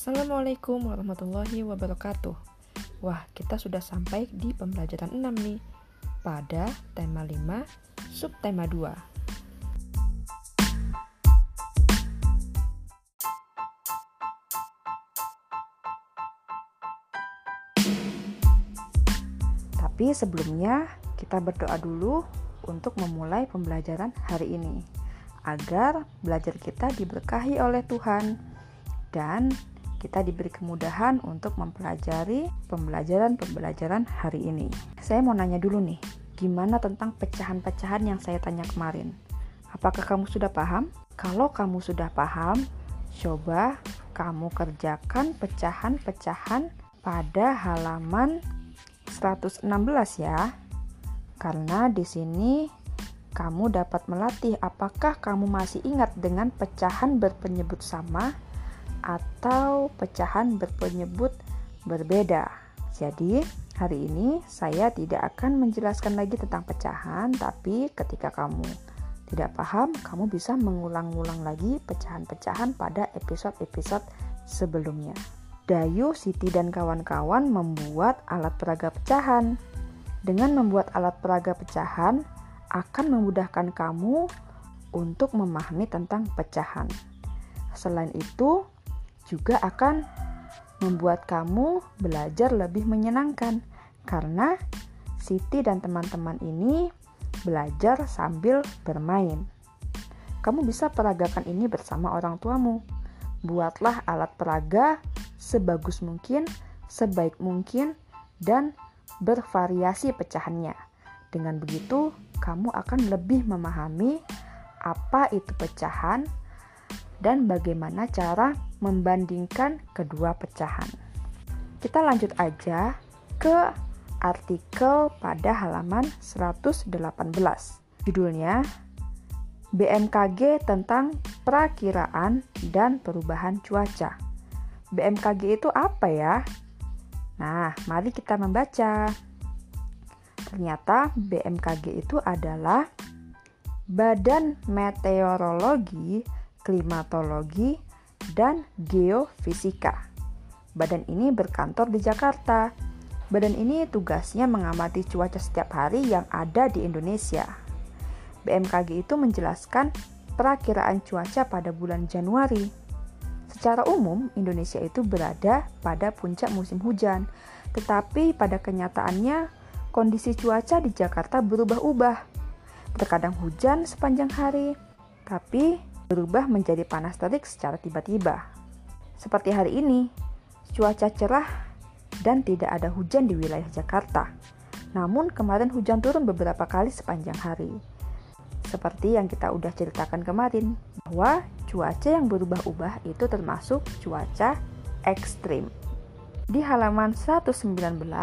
Assalamualaikum warahmatullahi wabarakatuh. Wah, kita sudah sampai di pembelajaran 6 nih, pada tema 5, subtema 2. Tapi sebelumnya kita berdoa dulu untuk memulai pembelajaran hari ini, agar belajar kita diberkahi oleh Tuhan dan kita diberi kemudahan untuk mempelajari pembelajaran hari ini. Saya mau nanya dulu nih, gimana tentang pecahan-pecahan yang saya tanya kemarin? Apakah kamu sudah paham? Kalau kamu sudah paham, coba kamu kerjakan pecahan-pecahan pada halaman 116 ya. Karena di sini kamu dapat melatih apakah kamu masih ingat dengan pecahan berpenyebut sama atau pecahan berpenyebut berbeda. Jadi, hari ini saya tidak akan menjelaskan lagi tentang pecahan, tapi ketika kamu tidak paham, kamu bisa mengulang-ulang lagi pecahan-pecahan pada episode-episode sebelumnya. Dayu, Siti, dan kawan-kawan membuat alat peraga pecahan. Dengan membuat alat peraga pecahan akan memudahkan kamu untuk memahami tentang pecahan. Selain itu, juga akan membuat kamu belajar lebih menyenangkan karena Siti dan teman-teman ini belajar sambil bermain. Kamu bisa peragakan ini bersama orang tuamu. Buatlah alat peraga sebagus mungkin, sebaik mungkin, dan bervariasi pecahannya. Dengan begitu, kamu akan lebih memahami apa itu pecahan dan bagaimana cara membandingkan kedua pecahan. Kita lanjut aja ke artikel pada halaman 118. Judulnya BMKG tentang perakiraan dan perubahan cuaca. BMKG itu apa ya? Nah, mari kita membaca. Ternyata BMKG itu adalah Badan Meteorologi, Klimatologi, dan Geofisika. Badan ini berkantor di Jakarta. Badan ini tugasnya mengamati cuaca setiap hari yang ada di Indonesia. BMKG itu menjelaskan perakiraan cuaca pada bulan Januari. Secara umum, Indonesia itu berada pada puncak musim hujan. Tetapi pada kenyataannya, kondisi cuaca di Jakarta berubah-ubah. Terkadang hujan sepanjang hari, tapi berubah menjadi panas terik secara tiba-tiba. Seperti hari ini, cuaca cerah dan tidak ada hujan di wilayah Jakarta. Namun kemarin hujan turun beberapa kali sepanjang hari. Seperti yang kita udah ceritakan kemarin, bahwa cuaca yang berubah-ubah itu termasuk cuaca ekstrim. Di halaman 119,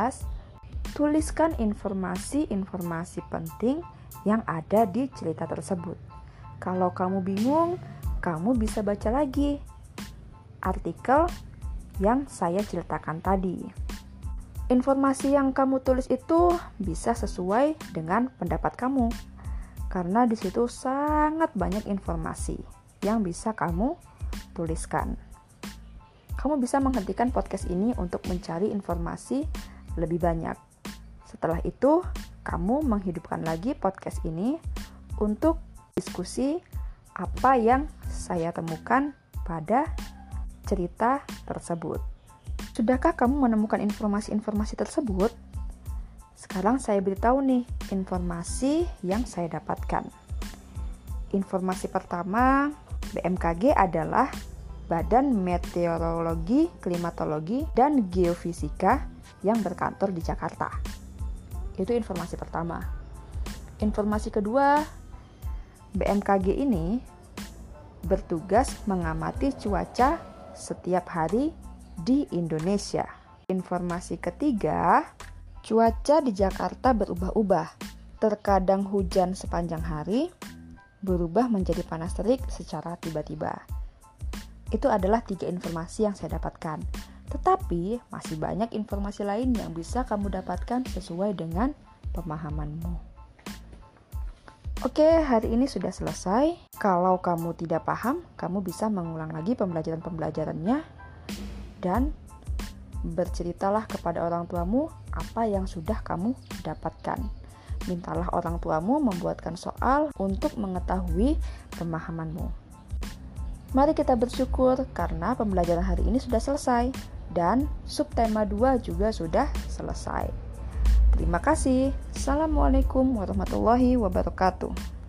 tuliskan informasi-informasi penting yang ada di cerita tersebut. Kalau kamu bingung, kamu bisa baca lagi artikel yang saya ceritakan tadi. Informasi yang kamu tulis itu bisa sesuai dengan pendapat kamu, karena di situ sangat banyak informasi yang bisa kamu tuliskan. Kamu bisa menghentikan podcast ini untuk mencari informasi lebih banyak. Setelah itu, kamu menghidupkan lagi podcast ini untuk diskusi apa yang saya temukan pada cerita tersebut. Sudahkah kamu menemukan informasi-informasi tersebut? Sekarang saya beritahu nih informasi yang saya dapatkan. Informasi pertama, BMKG adalah Badan Meteorologi, Klimatologi, dan Geofisika yang berkantor di Jakarta. Itu informasi pertama. Informasi kedua, BMKG ini bertugas mengamati cuaca setiap hari di Indonesia. Informasi ketiga, cuaca di Jakarta berubah-ubah. Terkadang hujan sepanjang hari, berubah menjadi panas terik secara tiba-tiba. Itu adalah 3 informasi yang saya dapatkan. Tetapi masih banyak informasi lain yang bisa kamu dapatkan sesuai dengan pemahamanmu. Oke, hari ini sudah selesai. Kalau kamu tidak paham, kamu bisa mengulang lagi pembelajaran-pembelajarannya dan berceritalah kepada orang tuamu apa yang sudah kamu dapatkan. Mintalah orang tuamu membuatkan soal untuk mengetahui pemahamanmu. Mari kita bersyukur karena pembelajaran hari ini sudah selesai dan subtema 2 juga sudah selesai. Terima kasih. Assalamualaikum warahmatullahi wabarakatuh.